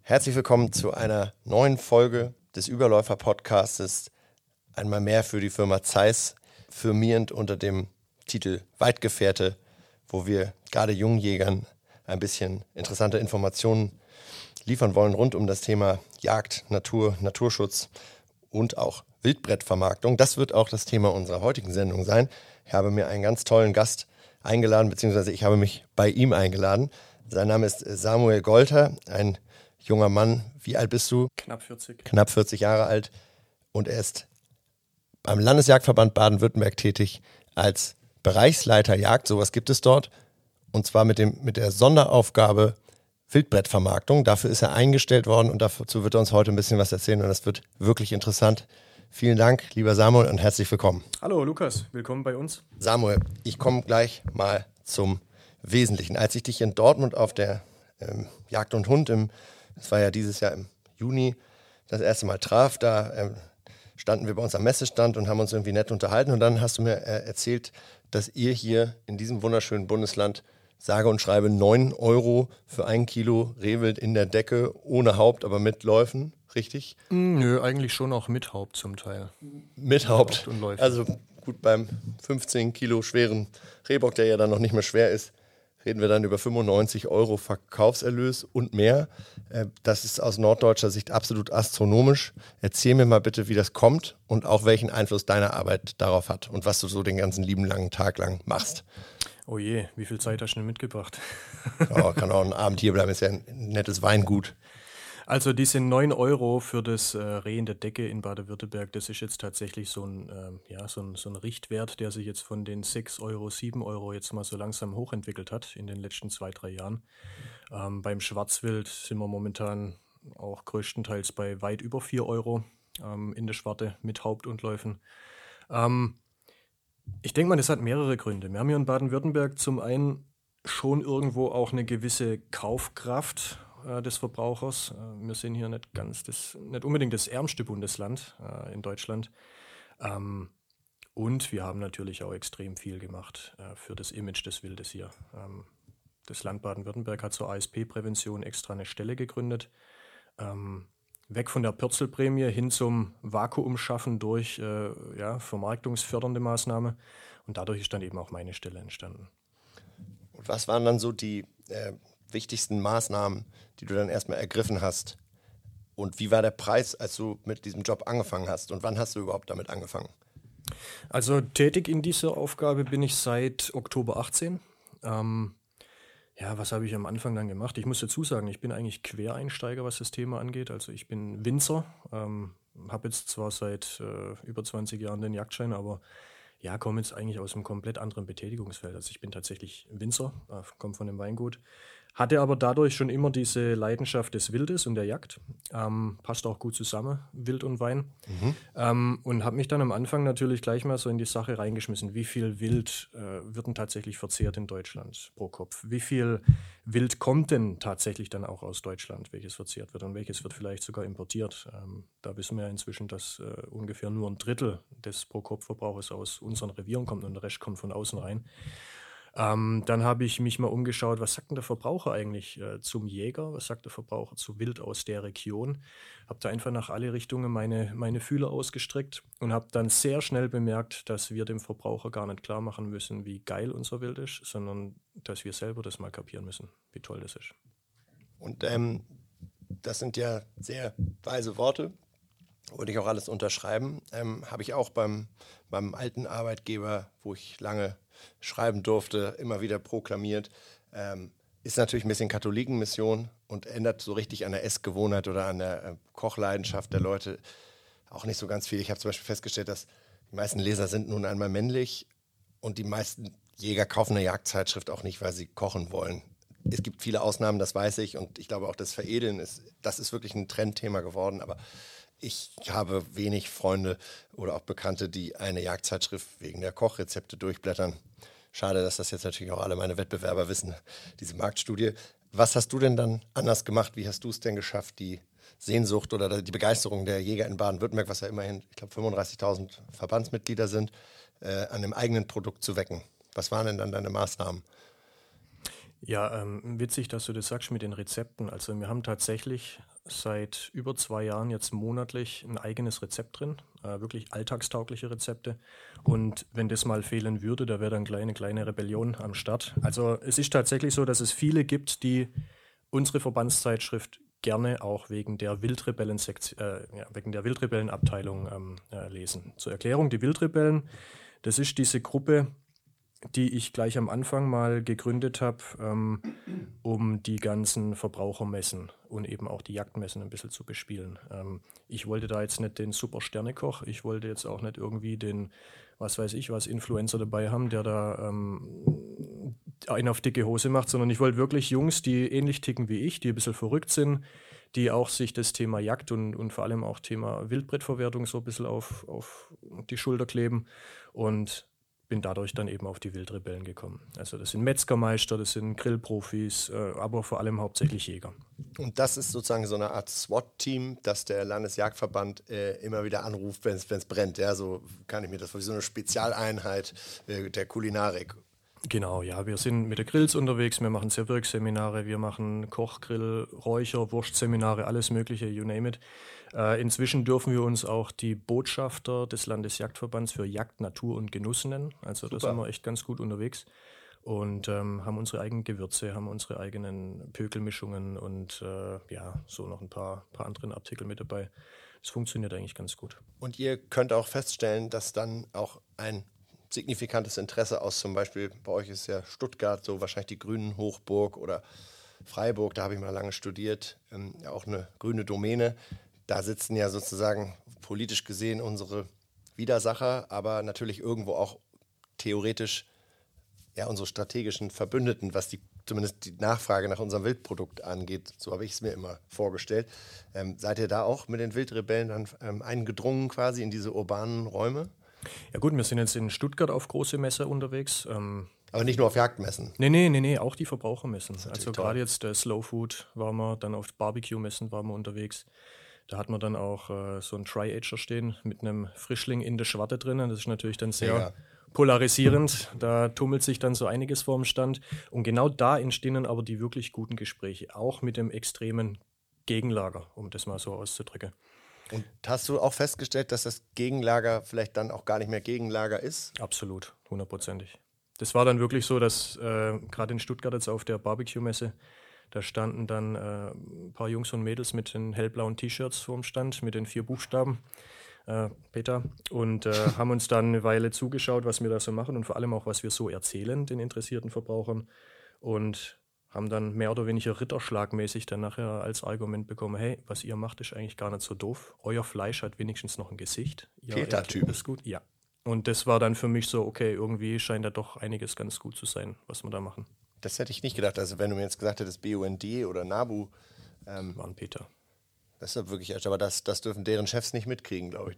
Herzlich willkommen zu einer neuen Folge des Überläufer-Podcastes. Einmal mehr für die Firma Zeiss, firmierend unter dem Titel Weitgefährte, wo wir gerade jungen Jägern ein bisschen interessante Informationen liefern wollen rund um das Thema Jagd, Natur, Naturschutz und auch Wildbrettvermarktung. Das wird auch das Thema unserer heutigen Sendung sein. Ich habe mir einen ganz tollen Gast eingeladen, beziehungsweise ich habe mich bei ihm eingeladen. Sein Name ist Samuel Golter, ein junger Mann. Wie alt bist du? Knapp 40. Knapp 40 Jahre alt. Und er ist beim Landesjagdverband Baden-Württemberg tätig als Bereichsleiter Jagd. Sowas gibt es dort. Und zwar mit der Sonderaufgabe Wildbrettvermarktung. Dafür ist er eingestellt worden und dazu wird er uns heute ein bisschen was erzählen. Und das wird wirklich interessant. Vielen Dank, lieber Samuel, und herzlich willkommen. Hallo Lukas, willkommen bei uns. Samuel, ich komme gleich mal zum Wesentlichen. Als ich dich in Dortmund auf der Jagd und Hund, das war ja dieses Jahr im Juni, das erste Mal traf, da standen wir bei uns am Messestand und haben uns irgendwie nett unterhalten. Und dann hast du mir erzählt, dass ihr hier in diesem wunderschönen Bundesland sage und schreibe 9 Euro für 1 Kilo Rehwild in der Decke, ohne Haupt, aber mit Läufen, richtig? Nö, eigentlich schon auch mit Haupt zum Teil. Mit Haupt und Läufen. Also gut, beim 15 Kilo schweren Rehbock, der ja dann noch nicht mehr schwer ist, reden wir dann über 95 Euro Verkaufserlös und mehr. Das ist aus norddeutscher Sicht absolut astronomisch. Erzähl mir mal bitte, wie das kommt und auch welchen Einfluss deine Arbeit darauf hat und was du so den ganzen lieben langen Tag lang machst. Oh je, wie viel Zeit hast du denn mitgebracht? Ja, kann auch ein Abend hier bleiben, ist ja ein nettes Weingut. Also diese 9 Euro für das Reh in der Decke in Baden-Württemberg, das ist jetzt tatsächlich so ein Richtwert, der sich jetzt von den 6 Euro, 7 Euro jetzt mal so langsam hochentwickelt hat in den letzten 2-3 Jahren. Beim Schwarzwild sind wir momentan auch größtenteils bei weit über 4 Euro in der Schwarte mit Haupt und Läufen. Ich denke mal, das hat mehrere Gründe. Wir haben hier in Baden-Württemberg zum einen schon irgendwo auch eine gewisse Kaufkraft des Verbrauchers. Wir sind hier nicht unbedingt das ärmste Bundesland in Deutschland. Und wir haben natürlich auch extrem viel gemacht für das Image des Wildes hier. Das Land Baden-Württemberg hat zur ASP-Prävention extra eine Stelle gegründet. Weg von der Pürzelprämie hin zum Vakuumschaffen durch vermarktungsfördernde Maßnahme. Und dadurch ist dann eben auch meine Stelle entstanden. Und was waren dann so die wichtigsten Maßnahmen, die du dann erstmal ergriffen hast? Und wie war der Preis, als du mit diesem Job angefangen hast? Und wann hast du überhaupt damit angefangen? Also tätig in dieser Aufgabe bin ich seit Oktober 18. Was habe ich am Anfang dann gemacht? Ich muss dazu sagen, ich bin eigentlich Quereinsteiger, was das Thema angeht. Also ich bin Winzer, habe jetzt zwar seit über 20 Jahren den Jagdschein, aber komme jetzt eigentlich aus einem komplett anderen Betätigungsfeld. Also ich bin tatsächlich Winzer, komme von dem Weingut, hatte aber dadurch schon immer diese Leidenschaft des Wildes und der Jagd. Passt auch gut zusammen, Wild und Wein. Und habe mich dann am Anfang natürlich gleich mal so in die Sache reingeschmissen. Wie viel Wild wird denn tatsächlich verzehrt in Deutschland pro Kopf? Wie viel Wild kommt denn tatsächlich dann auch aus Deutschland, welches verzehrt wird und welches wird vielleicht sogar importiert? Da wissen wir ja inzwischen, dass ungefähr nur 1/3 des Pro-Kopf-Verbrauchs aus unseren Revieren kommt und der Rest kommt von außen rein. Dann habe ich mich mal umgeschaut, was sagt denn der Verbraucher eigentlich zum Jäger, was sagt der Verbraucher zu Wild aus der Region. Habe da einfach nach alle Richtungen meine Fühler ausgestreckt und habe dann sehr schnell bemerkt, dass wir dem Verbraucher gar nicht klar machen müssen, wie geil unser Wild ist, sondern dass wir selber das mal kapieren müssen, wie toll das ist. Und das sind ja sehr weise Worte, würde ich auch alles unterschreiben. Habe ich auch beim alten Arbeitgeber, wo ich lange schreiben durfte, immer wieder proklamiert. Ist natürlich ein bisschen Katholikenmission und ändert so richtig an der Essgewohnheit oder an der Kochleidenschaft der Leute auch nicht so ganz viel. Ich habe zum Beispiel festgestellt, dass die meisten Leser sind nun einmal männlich und die meisten Jäger kaufen eine Jagdzeitschrift auch nicht, weil sie kochen wollen. Es gibt viele Ausnahmen, das weiß ich, und ich glaube auch das Veredeln das ist wirklich ein Trendthema geworden, aber ich habe wenig Freunde oder auch Bekannte, die eine Jagdzeitschrift wegen der Kochrezepte durchblättern. Schade, dass das jetzt natürlich auch alle meine Wettbewerber wissen, diese Marktstudie. Was hast du denn dann anders gemacht? Wie hast du es denn geschafft, die Sehnsucht oder die Begeisterung der Jäger in Baden-Württemberg, was ja immerhin, ich glaube, 35.000 Verbandsmitglieder sind, an dem eigenen Produkt zu wecken? Was waren denn dann deine Maßnahmen? Ja, witzig, dass du das sagst mit den Rezepten. Also wir haben tatsächlich seit über 2 Jahren jetzt monatlich ein eigenes Rezept drin, wirklich alltagstaugliche Rezepte. Und wenn das mal fehlen würde, da wäre dann eine kleine Rebellion am Start. Also es ist tatsächlich so, dass es viele gibt, die unsere Verbandszeitschrift gerne auch wegen der wegen der Wildrebellenabteilung lesen. Zur Erklärung, die Wildrebellen, das ist diese Gruppe, die ich gleich am Anfang mal gegründet habe, um die ganzen Verbrauchermessen und eben auch die Jagdmessen ein bisschen zu bespielen. Ich wollte da jetzt nicht den Super-Sternekoch, ich wollte jetzt auch nicht irgendwie den, was weiß ich, was Influencer dabei haben, der da einen auf dicke Hose macht, sondern ich wollte wirklich Jungs, die ähnlich ticken wie ich, die ein bisschen verrückt sind, die auch sich das Thema Jagd und vor allem auch Thema Wildbretverwertung so ein bisschen auf die Schulter kleben, und bin dadurch dann eben auf die Wildrebellen gekommen. Also das sind Metzgermeister, das sind Grillprofis, aber vor allem hauptsächlich Jäger. Und das ist sozusagen so eine Art SWAT-Team, das der Landesjagdverband immer wieder anruft, wenn es brennt. Ja, so kann ich mir das vorstellen, so eine Spezialeinheit der Kulinarik. Genau, ja, wir sind mit der Grills unterwegs, wir machen Zerwirkseminare, wir machen Koch, Grill, Räucher, Wurstseminare, alles mögliche, you name it. Inzwischen dürfen wir uns auch die Botschafter des Landesjagdverbands für Jagd, Natur und Genuss nennen. Also da sind wir echt ganz gut unterwegs und haben unsere eigenen Gewürze, haben unsere eigenen Pökelmischungen und so noch ein paar anderen Artikel mit dabei. Es funktioniert eigentlich ganz gut. Und ihr könnt auch feststellen, dass dann auch ein signifikantes Interesse aus, zum Beispiel bei euch ist ja Stuttgart so wahrscheinlich die Grünen Hochburg oder Freiburg, da habe ich mal lange studiert, auch eine grüne Domäne. Da sitzen ja sozusagen politisch gesehen unsere Widersacher, aber natürlich irgendwo auch theoretisch ja unsere strategischen Verbündeten, was zumindest die Nachfrage nach unserem Wildprodukt angeht. So habe ich es mir immer vorgestellt. Seid ihr da auch mit den Wildrebellen dann eingedrungen quasi in diese urbanen Räume? Ja gut, wir sind jetzt in Stuttgart auf große Messe unterwegs. Aber nicht nur auf Jagdmessen? Nee, auch die Verbrauchermessen. Also toll. gerade jetzt Slow Food waren wir, dann auf Barbecue-Messen waren wir unterwegs. Da hat man dann auch so einen Tri-Ager stehen mit einem Frischling in der Schwarte drinnen. Das ist natürlich dann sehr polarisierend. Da tummelt sich dann so einiges vorm Stand. Und genau da entstehen dann aber die wirklich guten Gespräche, auch mit dem extremen Gegenlager, um das mal so auszudrücken. Und hast du auch festgestellt, dass das Gegenlager vielleicht dann auch gar nicht mehr Gegenlager ist? Absolut, 100%ig. Das war dann wirklich so, dass gerade in Stuttgart jetzt auf der Barbecue-Messe, da standen dann ein paar Jungs und Mädels mit den hellblauen T-Shirts vorm Stand, mit den 4 Buchstaben, Peter, und haben uns dann eine Weile zugeschaut, was wir da so machen und vor allem auch, was wir so erzählen, den interessierten Verbrauchern, und haben dann mehr oder weniger ritterschlagmäßig dann nachher als Argument bekommen, hey, was ihr macht, ist eigentlich gar nicht so doof. Euer Fleisch hat wenigstens noch ein Gesicht. Peter-Typ. Das gut, ja. Und das war dann für mich so, okay, irgendwie scheint da doch einiges ganz gut zu sein, was wir da machen. Das hätte ich nicht gedacht. Also wenn du mir jetzt gesagt hättest, BUND oder NABU. Waren Peter. Das ist ja wirklich echt, aber das dürfen deren Chefs nicht mitkriegen, glaube ich.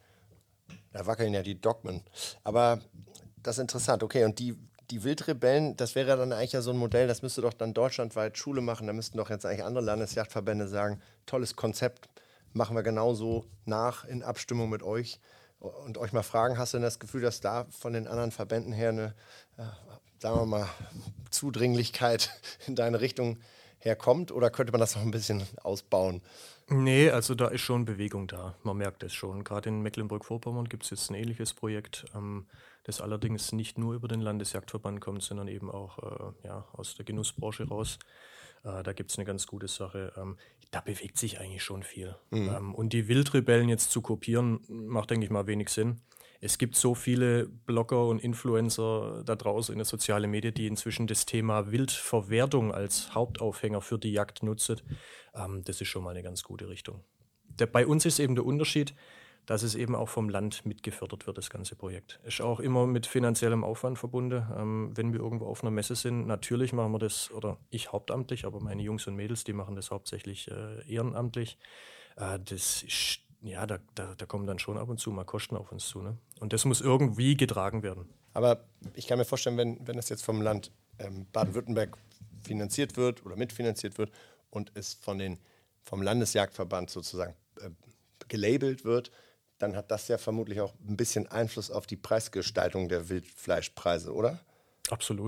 Da wackeln ja die Dogmen. Aber das ist interessant. Okay, und die Wildrebellen, das wäre dann eigentlich ja so ein Modell, das müsste doch dann deutschlandweit Schule machen. Da müssten doch jetzt eigentlich andere Landesjagdverbände sagen, tolles Konzept, machen wir genauso nach in Abstimmung mit euch. Und euch mal fragen, hast du denn das Gefühl, dass da von den anderen Verbänden her eine, sagen wir mal, Zudringlichkeit in deine Richtung herkommt? Oder könnte man das noch ein bisschen ausbauen? Nee, also da ist schon Bewegung da. Man merkt es schon. Gerade in Mecklenburg-Vorpommern gibt es jetzt ein ähnliches Projekt, das allerdings nicht nur über den Landesjagdverband kommt, sondern eben auch aus der Genussbranche raus. Da gibt es eine ganz gute Sache. Da bewegt sich eigentlich schon viel. Und die Wildrebellen jetzt zu kopieren, macht, denke ich mal, wenig Sinn. Es gibt so viele Blogger und Influencer da draußen in der sozialen Medien, die inzwischen das Thema Wildverwertung als Hauptaufhänger für die Jagd nutzen. Das ist schon mal eine ganz gute Richtung. Bei uns ist eben der Unterschied, dass es eben auch vom Land mitgefördert wird, das ganze Projekt. Ist auch immer mit finanziellem Aufwand verbunden. Wenn wir irgendwo auf einer Messe sind, natürlich machen wir das, oder ich hauptamtlich, aber meine Jungs und Mädels, die machen das hauptsächlich ehrenamtlich. Das ist, ja, da kommen dann schon ab und zu mal Kosten auf uns zu. Ne? Und das muss irgendwie getragen werden. Aber ich kann mir vorstellen, wenn das jetzt vom Land Baden-Württemberg finanziert wird oder mitfinanziert wird und es vom Landesjagdverband sozusagen gelabelt wird, dann hat das ja vermutlich auch ein bisschen Einfluss auf die Preisgestaltung der Wildfleischpreise, oder? Absolut.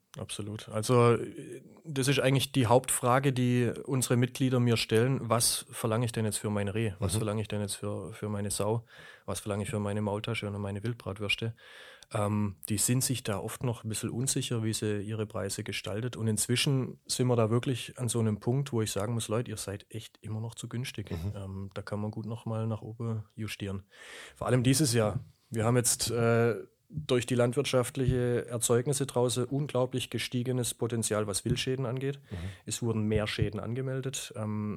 Absolut. Also das ist eigentlich die Hauptfrage, die unsere Mitglieder mir stellen. Was verlange ich denn jetzt für mein Reh? Was verlange ich denn jetzt für meine Sau? Was verlange ich für meine Maultasche und meine Wildbratwürste? Die sind sich da oft noch ein bisschen unsicher, wie sie ihre Preise gestaltet. Und inzwischen sind wir da wirklich an so einem Punkt, wo ich sagen muss, Leute, ihr seid echt immer noch zu günstig. Da kann man gut nochmal nach oben justieren. Vor allem dieses Jahr. Wir haben jetzt durch die landwirtschaftliche Erzeugnisse draußen unglaublich gestiegenes Potenzial, was Wildschäden angeht. Es wurden mehr Schäden angemeldet.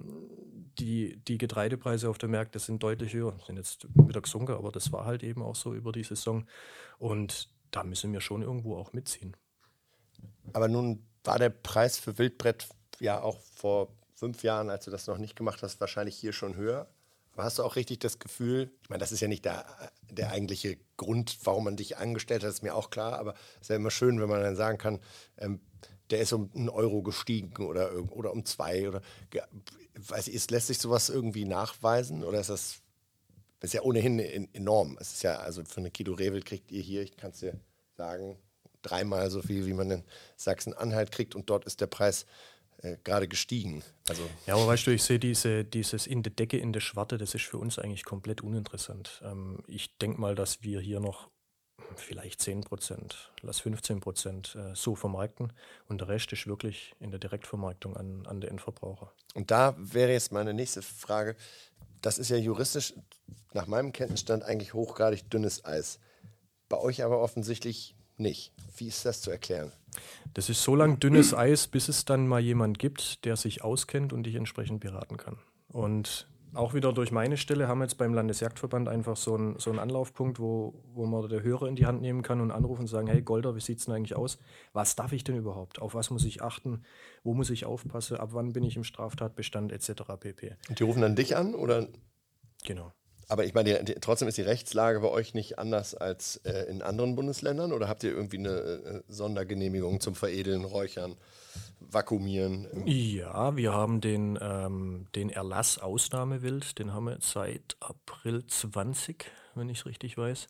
Die Getreidepreise auf den Märkten sind deutlich höher, sind jetzt wieder gesunken, aber das war halt eben auch so über die Saison. Und da müssen wir schon irgendwo auch mitziehen. Aber nun war der Preis für Wildbret ja auch vor 5 Jahren, als du das noch nicht gemacht hast, wahrscheinlich hier schon höher. Aber hast du auch richtig das Gefühl, ich meine, das ist ja nicht der eigentliche Grund, warum man dich angestellt hat, ist mir auch klar, aber es ist ja immer schön, wenn man dann sagen kann, der ist um 1 Euro gestiegen oder um 2 oder weiß ich, lässt sich sowas irgendwie nachweisen oder ist das ist ja ohnehin enorm. Es ist ja, also für 1 Kilo Rehwild kriegt ihr hier, ich kann es dir sagen, 3-mal so viel, wie man in Sachsen-Anhalt kriegt und dort ist der Preis gerade gestiegen. Also ja, aber weißt du, ich sehe dieses in der Decke, in der Schwarte, das ist für uns eigentlich komplett uninteressant. Ich denke mal, dass wir hier noch vielleicht 10%, lass 15% so vermarkten und der Rest ist wirklich in der Direktvermarktung an den Endverbraucher. Und da wäre jetzt meine nächste Frage, das ist ja juristisch nach meinem Kenntnisstand eigentlich hochgradig dünnes Eis. Bei euch aber offensichtlich nicht. Wie ist das zu erklären? Das ist so lang dünnes Eis, bis es dann mal jemand gibt, der sich auskennt und dich entsprechend beraten kann. Und auch wieder durch meine Stelle haben wir jetzt beim Landesjagdverband einfach so einen Anlaufpunkt, wo man der Hörer in die Hand nehmen kann und anrufen und sagen, hey Golder, wie sieht es denn eigentlich aus? Was darf ich denn überhaupt? Auf was muss ich achten? Wo muss ich aufpassen? Ab wann bin ich im Straftatbestand etc. pp. Und die rufen dann dich an, oder? Genau. Aber ich meine, trotzdem ist die Rechtslage bei euch nicht anders als in anderen Bundesländern? Oder habt ihr irgendwie eine Sondergenehmigung zum Veredeln, Räuchern, Vakuumieren? Ja, wir haben den Erlass Ausnahmewild, den haben wir jetzt seit April 20, wenn ich es richtig weiß.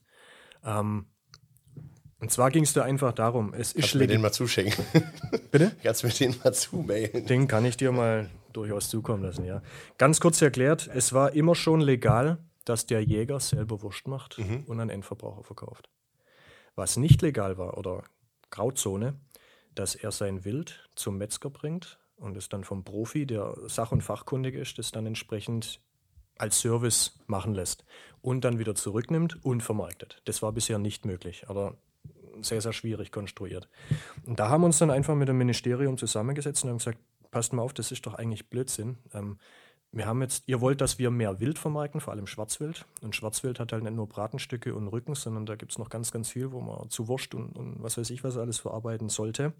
Und zwar ging es da einfach darum, es ist Kannst du mir den mal zuschicken? Bitte? Kannst du mir den mal zumailen? Den kann ich dir mal durchaus zukommen lassen, ja. Ganz kurz erklärt, es war immer schon legal, dass der Jäger selber Wurst macht und an Endverbraucher verkauft. Was nicht legal war oder Grauzone, dass er sein Wild zum Metzger bringt und es dann vom Profi, der sach- und fachkundig ist, das dann entsprechend als Service machen lässt und dann wieder zurücknimmt und vermarktet. Das war bisher nicht möglich, aber sehr, sehr schwierig konstruiert. Und da haben wir uns dann einfach mit dem Ministerium zusammengesetzt und haben gesagt, passt mal auf, das ist doch eigentlich Blödsinn. Wir haben jetzt, ihr wollt, dass wir mehr Wild vermarkten, vor allem Schwarzwild. Und Schwarzwild hat halt nicht nur Bratenstücke und Rücken, sondern da gibt es noch ganz, ganz viel, wo man zu Wurst und was weiß ich was alles verarbeiten sollte.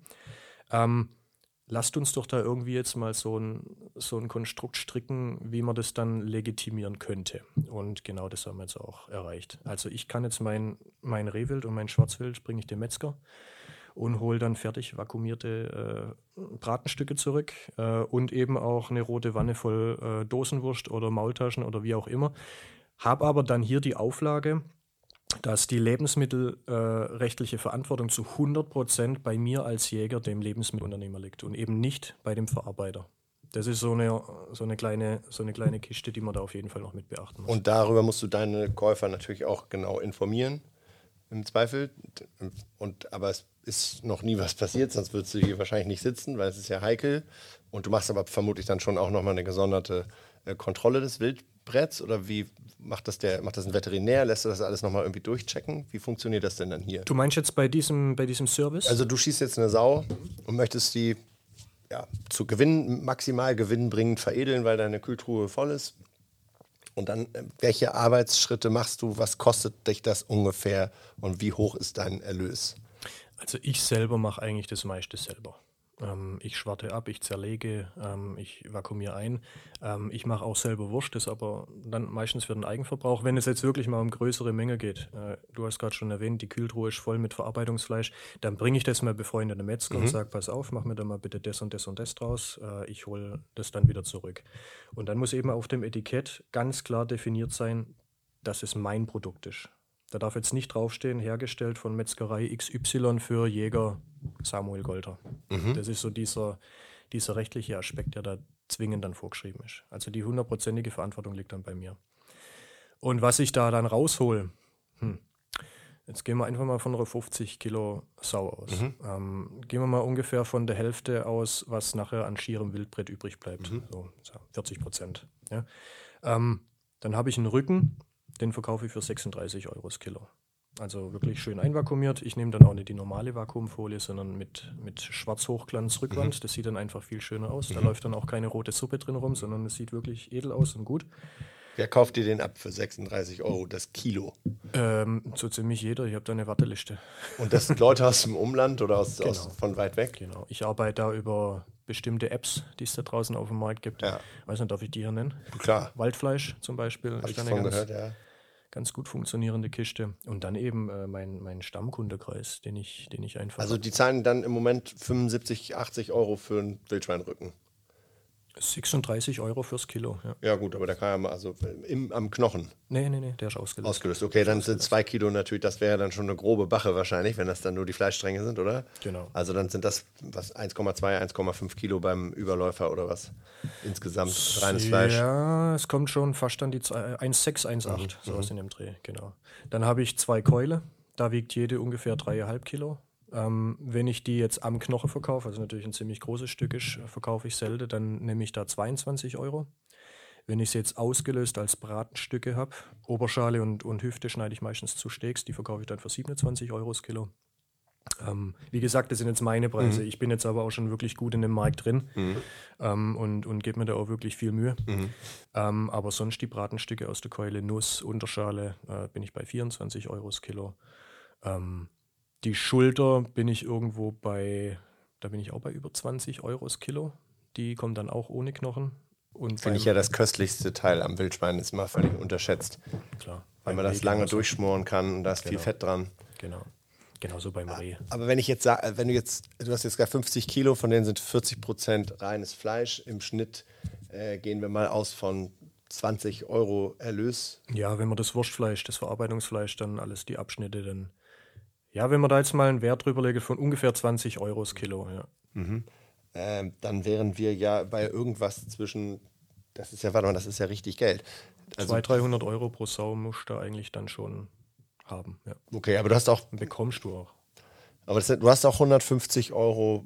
Lasst uns doch da irgendwie jetzt mal so ein Konstrukt stricken, wie man das dann legitimieren könnte. Und genau das haben wir jetzt auch erreicht. Also ich kann jetzt mein Rehwild und mein Schwarzwild bringe ich dem Metzger und hole dann fertig vakuumierte Bratenstücke zurück und eben auch eine rote Wanne voll Dosenwurst oder Maultaschen oder wie auch immer. Habe aber dann hier die Auflage, dass die lebensmittelrechtliche Verantwortung zu 100% bei mir als Jäger, dem Lebensmittelunternehmer, liegt und eben nicht bei dem Verarbeiter. Das ist so eine kleine Kiste, die man da auf jeden Fall noch mit beachten muss. Und darüber musst du deine Käufer natürlich auch genau informieren, im Zweifel. Aber es ist noch nie was passiert, sonst würdest du hier wahrscheinlich nicht sitzen, weil es ist ja heikel. Und du machst aber vermutlich dann schon auch nochmal eine gesonderte Kontrolle des Wildbretts, oder wie macht das ein Veterinär? Lässt du das alles nochmal irgendwie durchchecken? Wie funktioniert das denn dann hier? Du meinst jetzt bei diesem Service? Also du schießt jetzt eine Sau und möchtest die zu maximal gewinnbringend veredeln, weil deine Kühltruhe voll ist. Und dann, welche Arbeitsschritte machst du? Was kostet dich das ungefähr? Und wie hoch ist dein Erlös? Also ich selber mache eigentlich das meiste selber. Ich schwarte ab, ich zerlege, ich vakuumiere ein. Ich mache auch selber Wurst, das aber dann meistens für den Eigenverbrauch. Wenn es jetzt wirklich mal um größere Menge geht, du hast gerade schon erwähnt, die Kühltruhe ist voll mit Verarbeitungsfleisch, dann bringe ich das mal befreundeten Metzger und sage, pass auf, mach mir da mal bitte das und das und das draus. Ich hole das dann wieder zurück. Und dann muss eben auf dem Etikett ganz klar definiert sein, dass es mein Produkt ist. Da darf jetzt nicht draufstehen, hergestellt von Metzgerei XY für Jäger Samuel Golter. Das ist so dieser rechtliche Aspekt, der da zwingend dann vorgeschrieben ist. Also die 100%ige Verantwortung liegt dann bei mir. Und was ich da dann raushole, jetzt gehen wir einfach mal von einer 50 Kilo Sau aus. Gehen wir mal ungefähr von der Hälfte aus, was nachher an schierem Wildbret übrig bleibt. So 40%. Ja. Dann habe ich einen Rücken, den verkaufe ich für 36 Euro das Kilo. Also wirklich schön einvakuumiert. Ich nehme dann auch nicht die normale Vakuumfolie, sondern mit Schwarz-Hochglanz-Rückwand. Das sieht dann einfach viel schöner aus. Da läuft dann auch keine rote Suppe drin rum, sondern es sieht wirklich edel aus und gut. Wer kauft dir den ab für 36 Euro das Kilo? So ziemlich jeder. Ich habe da eine Warteliste. Und das sind Leute aus dem Umland oder aus von weit weg? Genau. Ich arbeite da über bestimmte Apps, die es da draußen auf dem Markt gibt. Ja. Weiß nicht, darf ich die hier nennen? Klar. Waldfleisch zum Beispiel. Habe ich davon gehört, ja. Ganz gut funktionierende Kiste. Und dann eben mein Stammkundekreis, den ich einfach... Also die zahlen dann im Moment 75, 80 Euro für einen Wildschweinrücken. 36 Euro fürs Kilo, ja. Ja gut, aber der kann ja mal am Knochen. Nee, der ist ausgelöst. Ausgelöst. Okay, dann sind 2 Kilo natürlich, das wäre dann schon eine grobe Bache wahrscheinlich, wenn das dann nur die Fleischstränge sind, oder? Genau. Also dann sind das 1,2, 1,5 Kilo beim Überläufer oder was? Insgesamt reines Fleisch. Ja, es kommt schon fast an die 1,6, 1,8, sowas in dem Dreh, genau. Dann habe ich 2 Keule, da wiegt jede ungefähr 3,5 Kilo. Wenn ich die jetzt am Knochen verkaufe, also natürlich ein ziemlich großes Stück ist, verkaufe ich selten, dann nehme ich da 22 Euro. Wenn ich sie jetzt ausgelöst als Bratenstücke habe, Oberschale und Hüfte schneide ich meistens zu Steaks, die verkaufe ich dann für 27 Euro das Kilo. Wie gesagt, das sind jetzt meine Preise. Ich bin jetzt aber auch schon wirklich gut in dem Markt drin und gebe mir da auch wirklich viel Mühe. Aber sonst die Bratenstücke aus der Keule, Nuss, Unterschale, bin ich bei 24 Euro das Kilo. Die Schulter bin ich irgendwo da bin ich auch bei über 20 Euro das Kilo. Die kommen dann auch ohne Knochen. Finde ich ja das köstlichste Teil am Wildschwein, ist immer völlig unterschätzt. Klar. Weil man das lange durchschmoren kann und da ist viel Fett dran. Genauso beim Reh. Aber wenn ich jetzt sage, du hast jetzt gar 50 Kilo, von denen sind 40% reines Fleisch. Im Schnitt gehen wir mal aus von 20 Euro Erlös. Ja, wenn man das Wurstfleisch, das Verarbeitungsfleisch, dann alles die Abschnitte, dann ja, wenn man da jetzt mal einen Wert drüber legt von ungefähr 20 Euro das Kilo, ja. Dann wären wir ja bei irgendwas zwischen, das ist ja richtig Geld. Also 200-300 Euro pro Sau musst du eigentlich dann schon haben, ja. Okay, aber du hast auch... Bekommst du auch. Aber du hast auch 150 Euro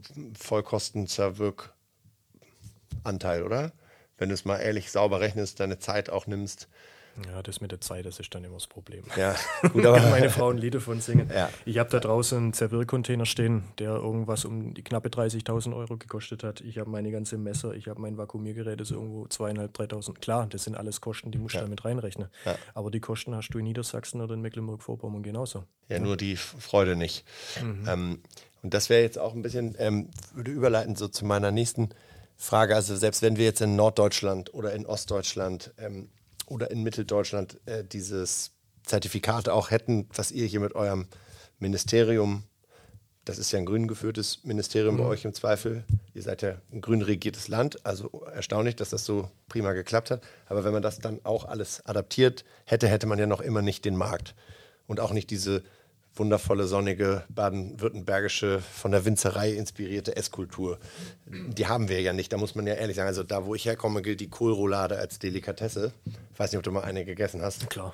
Vollkosten-Zerwirk-Anteil, oder? Wenn du es mal ehrlich sauber rechnest, deine Zeit auch nimmst. Ja, das mit der Zeit, das ist dann immer das Problem. Ja, gut, aber kann meine Frau ein Lied davon singen. Ja. Ich habe da draußen einen Zerwirr-Container stehen, der irgendwas um die knappe 30.000 Euro gekostet hat. Ich habe meine ganze Messer, ich habe mein Vakuumiergerät, das ist irgendwo 2.500, 3.000. Klar, das sind alles Kosten, die musst du damit reinrechnen. Ja. Aber die Kosten hast du in Niedersachsen oder in Mecklenburg-Vorpommern genauso. Ja, nur die Freude nicht. Und das wäre jetzt auch ein bisschen, würde überleiten so zu meiner nächsten Frage. Also selbst wenn wir jetzt in Norddeutschland oder in Ostdeutschland oder in Mitteldeutschland dieses Zertifikat auch hätten, was ihr hier mit eurem Ministerium, das ist ja ein grün geführtes Ministerium bei euch im Zweifel, ihr seid ja ein grün regiertes Land, also erstaunlich, dass das so prima geklappt hat, aber wenn man das dann auch alles adaptiert hätte man ja noch immer nicht den Markt und auch nicht diese wundervolle, sonnige, baden-württembergische, von der Winzerei inspirierte Esskultur. Die haben wir ja nicht, da muss man ja ehrlich sagen. Also da, wo ich herkomme, gilt die Kohlroulade als Delikatesse. Ich weiß nicht, ob du mal eine gegessen hast. Klar.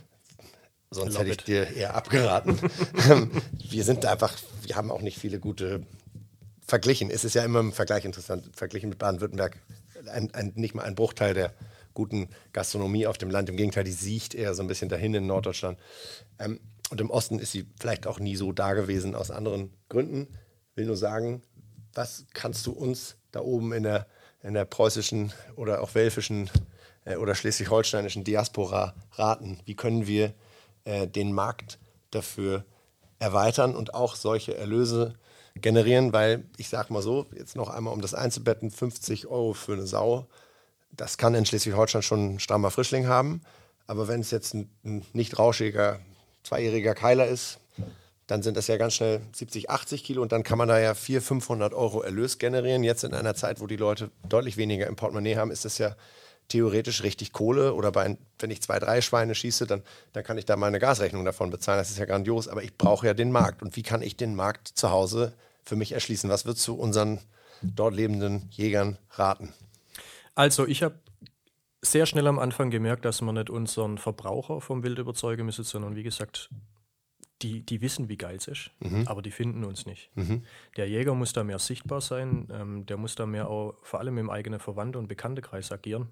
Sonst hätte ich dir eher abgeraten. Wir haben auch nicht viele gute verglichen. Es ist ja immer im Vergleich interessant, verglichen mit Baden-Württemberg, nicht mal ein Bruchteil der guten Gastronomie auf dem Land. Im Gegenteil, die siecht eher so ein bisschen dahin in Norddeutschland. Und im Osten ist sie vielleicht auch nie so da gewesen aus anderen Gründen. Will nur sagen, was kannst du uns da oben in der preußischen oder auch welfischen oder schleswig-holsteinischen Diaspora raten? Wie können wir den Markt dafür erweitern und auch solche Erlöse generieren? Weil ich sage mal so, jetzt noch einmal um das einzubetten, 50 Euro für eine Sau, das kann in Schleswig-Holstein schon ein strammer Frischling haben. Aber wenn es jetzt ein nicht rauschiger 2-jähriger Keiler ist, dann sind das ja ganz schnell 70, 80 Kilo und dann kann man da ja 400, 500 Euro Erlös generieren. Jetzt in einer Zeit, wo die Leute deutlich weniger im Portemonnaie haben, ist das ja theoretisch richtig Kohle oder wenn ich 2, 3 Schweine schieße, dann kann ich da meine Gasrechnung davon bezahlen. Das ist ja grandios, aber ich brauche ja den Markt. Und wie kann ich den Markt zu Hause für mich erschließen? Was würdest du unseren dort lebenden Jägern raten? Also ich habe sehr schnell am Anfang gemerkt, dass man nicht unseren Verbraucher vom Wild überzeugen müssen, sondern wie gesagt, die wissen, wie geil es ist, aber die finden uns nicht. Der Jäger muss da mehr sichtbar sein, der muss da mehr auch vor allem im eigenen Verwandte- und Bekanntenkreis agieren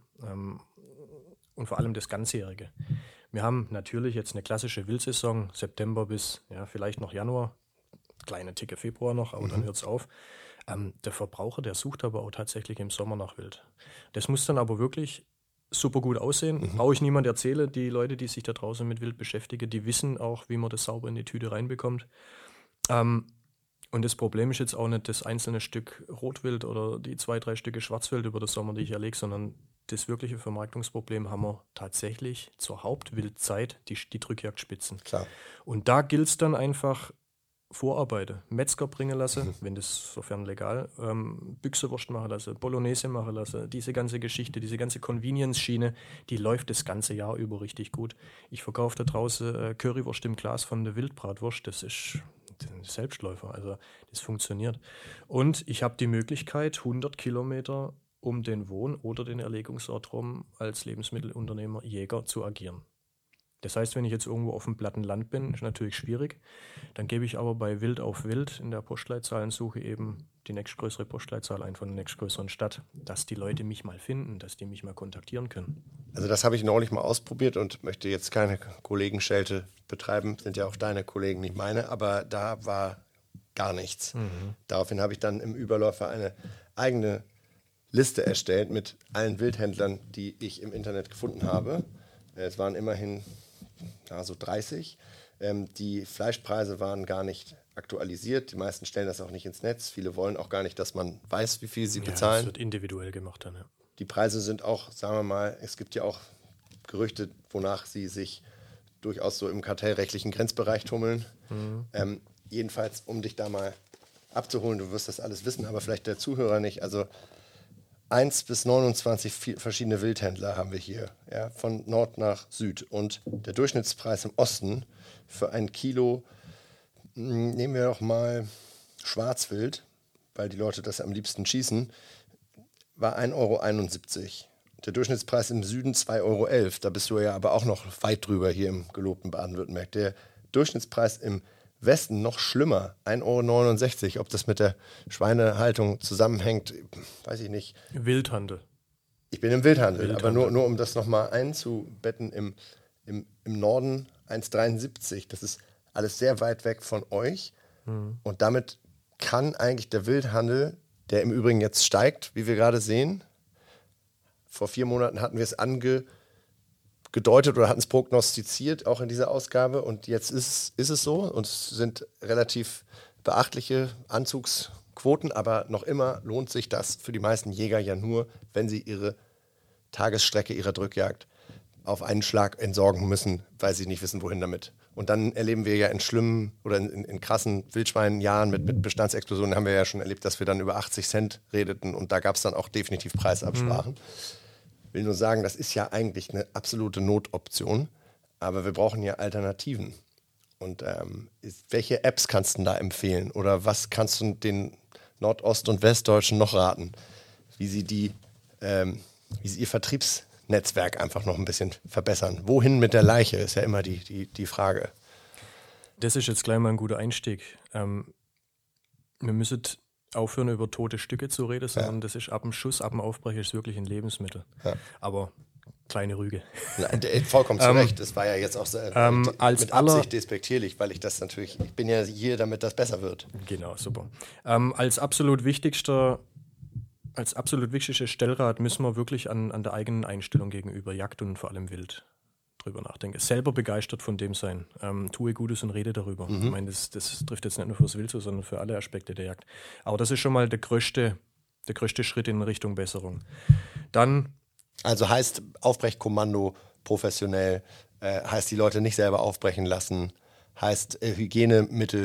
und vor allem das Ganzjährige. Wir haben natürlich jetzt eine klassische Wildsaison, September bis vielleicht noch Januar, kleine Ticke Februar noch, aber dann hört es auf. Der Verbraucher, der sucht aber auch tatsächlich im Sommer nach Wild. Das muss dann aber wirklich super gut aussehen. Brauche ich niemand erzählen. Die Leute, die sich da draußen mit Wild beschäftigen, die wissen auch, wie man das sauber in die Tüte reinbekommt. Und das Problem ist jetzt auch nicht das einzelne Stück Rotwild oder die 2, 3 Stücke Schwarzwild über den Sommer, die ich erlege, sondern das wirkliche Vermarktungsproblem haben wir tatsächlich zur Hauptwildzeit, die Drückjagdspitzen. Klar. Und da gilt es dann einfach, Vorarbeiten, Metzger bringen lassen, wenn das sofern legal, Büchsewurst machen lassen, Bolognese machen lassen, diese ganze Geschichte, diese ganze Convenience-Schiene, die läuft das ganze Jahr über richtig gut. Ich verkaufe da draußen Currywurst im Glas von der Wildbratwurst, das ist ein Selbstläufer, also das funktioniert. Und ich habe die Möglichkeit, 100 Kilometer um den Wohn- oder den Erlegungsort rum als Lebensmittelunternehmer Jäger zu agieren. Das heißt, wenn ich jetzt irgendwo auf dem platten Land bin, ist natürlich schwierig. Dann gebe ich aber bei Wild auf Wild in der Postleitzahlensuche eben die nächstgrößere Postleitzahl ein von der nächstgrößeren Stadt, dass die Leute mich mal finden, dass die mich mal kontaktieren können. Also das habe ich neulich mal ausprobiert und möchte jetzt keine Kollegenschelte betreiben, sind ja auch deine Kollegen, nicht meine, aber da war gar nichts. Daraufhin habe ich dann im Überläufer eine eigene Liste erstellt mit allen Wildhändlern, die ich im Internet gefunden habe. Es waren immerhin so 30. Die Fleischpreise waren gar nicht aktualisiert. Die meisten stellen das auch nicht ins Netz. Viele wollen auch gar nicht, dass man weiß, wie viel sie bezahlen. Das wird individuell gemacht dann, ja. Die Preise sind auch, sagen wir mal, es gibt ja auch Gerüchte, wonach sie sich durchaus so im kartellrechtlichen Grenzbereich tummeln. Jedenfalls, um dich da mal abzuholen, du wirst das alles wissen, aber vielleicht der Zuhörer nicht. Also 1 bis 29 verschiedene Wildhändler haben wir hier, ja, von Nord nach Süd. Und der Durchschnittspreis im Osten für ein Kilo, nehmen wir doch mal Schwarzwild, weil die Leute das am liebsten schießen, war 1,71 Euro. Der Durchschnittspreis im Süden 2,11 Euro. Da bist du ja aber auch noch weit drüber hier im gelobten Baden-Württemberg. Der Durchschnittspreis im Westen noch schlimmer, 1,69 Euro. Ob das mit der Schweinehaltung zusammenhängt, weiß ich nicht. Wildhandel. Ich bin im Wildhandel. Aber nur um das nochmal einzubetten, im Norden 1,73. Das ist alles sehr weit weg von euch. Und damit kann eigentlich der Wildhandel, der im Übrigen jetzt steigt, wie wir gerade sehen, vor 4 Monaten hatten wir es gedeutet oder hatten es prognostiziert, auch in dieser Ausgabe. Und jetzt ist es so. Und es sind relativ beachtliche Anzugsquoten. Aber noch immer lohnt sich das für die meisten Jäger ja nur, wenn sie ihre Tagesstrecke ihrer Drückjagd auf einen Schlag entsorgen müssen, weil sie nicht wissen, wohin damit. Und dann erleben wir ja in schlimmen oder in krassen Wildschweinjahren mit Bestandsexplosionen haben wir ja schon erlebt, dass wir dann über 80 Cent redeten. Und da gab es dann auch definitiv Preisabsprachen. Ich will nur sagen, das ist ja eigentlich eine absolute Notoption, aber wir brauchen ja Alternativen. Und welche Apps kannst du da empfehlen? Oder was kannst du den Nordost- und Westdeutschen noch raten, wie sie ihr Vertriebsnetzwerk einfach noch ein bisschen verbessern? Wohin mit der Leiche, ist ja immer die Frage. Das ist jetzt gleich mal ein guter Einstieg. Wir müssen aufhören, über tote Stücke zu reden, sondern das ist ab dem Schuss, ab dem Aufbrecher ist wirklich ein Lebensmittel. Ja. Aber kleine Rüge. Nein, vollkommen zu Recht. Das war ja jetzt auch mit Absicht despektierlich, weil ich bin ja hier, damit das besser wird. Genau, super. Als absolut wichtigste Stellrad müssen wir wirklich an der eigenen Einstellung gegenüber Jagd und vor allem Wild drüber nachdenken. Selber begeistert von dem sein. Tue Gutes und rede darüber. Ich meine, das trifft jetzt nicht nur fürs Wild zu, sondern für alle Aspekte der Jagd. Aber das ist schon mal der größte Schritt in Richtung Besserung. Dann also heißt Aufbrechkommando professionell, heißt die Leute nicht selber aufbrechen lassen, heißt Hygienemittel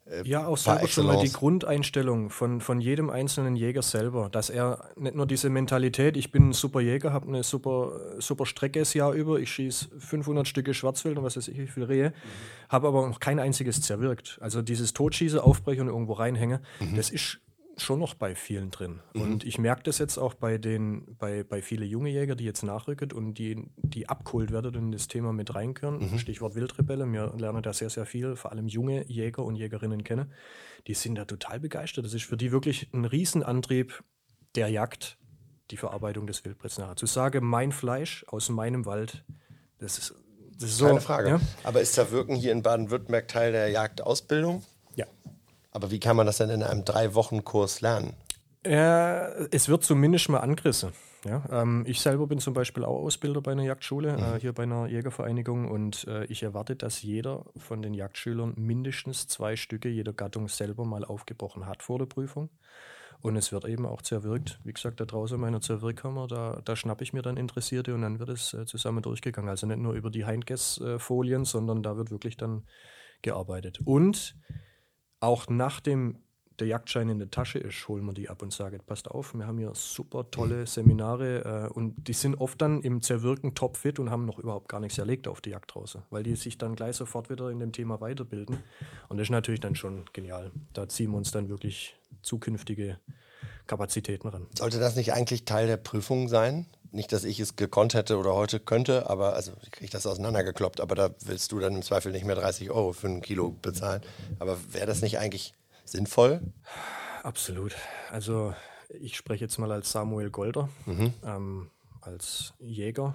Ja, auch par selber schon mal die excellence. Grundeinstellung von jedem einzelnen Jäger selber, dass er nicht nur diese Mentalität, ich bin ein super Jäger, habe eine super Strecke das Jahr über, ich schieße 500 Stücke Schwarzwild und was weiß ich, wie viel Rehe, habe aber noch kein einziges zerwirkt. Also dieses Totschießen, Aufbrechen und irgendwo reinhängen, das ist schon noch bei vielen drin. Und ich merke das jetzt auch bei viele junge Jäger, die jetzt nachrücken und die abgeholt werden und in das Thema mit reinkehren. Stichwort Wildrebelle. Wir lernen da sehr, sehr viel, vor allem junge Jäger und Jägerinnen kennen. Die sind da total begeistert. Das ist für die wirklich ein Riesenantrieb der Jagd, die Verarbeitung des Wildbrets nachher. Zu sagen, mein Fleisch aus meinem Wald, das ist so. Keine Frage. Ja? Aber ist Zerwirken hier in Baden-Württemberg Teil der Jagdausbildung? Ja. Aber wie kann man das denn in einem 3-Wochen-Kurs lernen? Es wird zumindest mal angerissen. Ja, ich selber bin zum Beispiel auch Ausbilder bei einer Jagdschule, hier bei einer Jägervereinigung und ich erwarte, dass jeder von den Jagdschülern mindestens 2 Stücke jeder Gattung selber mal aufgebrochen hat vor der Prüfung. Und es wird eben auch zerwirkt. Wie gesagt, da draußen in meiner Zerwirkkammer, da schnappe ich mir dann Interessierte und dann wird es zusammen durchgegangen. Also nicht nur über die Heintges-Folien, sondern da wird wirklich dann gearbeitet. Und auch nachdem der Jagdschein in der Tasche ist, holen wir die ab und sagen, passt auf, wir haben hier super tolle Seminare und die sind oft dann im Zerwirken topfit und haben noch überhaupt gar nichts erlegt auf die Jagd draußen, weil die sich dann gleich sofort wieder in dem Thema weiterbilden. Und das ist natürlich dann schon genial. Da ziehen wir uns dann wirklich zukünftige Kapazitäten ran. Sollte das nicht eigentlich Teil der Prüfung sein? Nicht, dass ich es gekonnt hätte oder heute könnte, aber also ich kriege das auseinandergekloppt, aber da willst du dann im Zweifel nicht mehr 30 Euro für ein Kilo bezahlen. Aber wäre das nicht eigentlich sinnvoll? Absolut. Also ich spreche jetzt mal als Samuel Golder, als Jäger.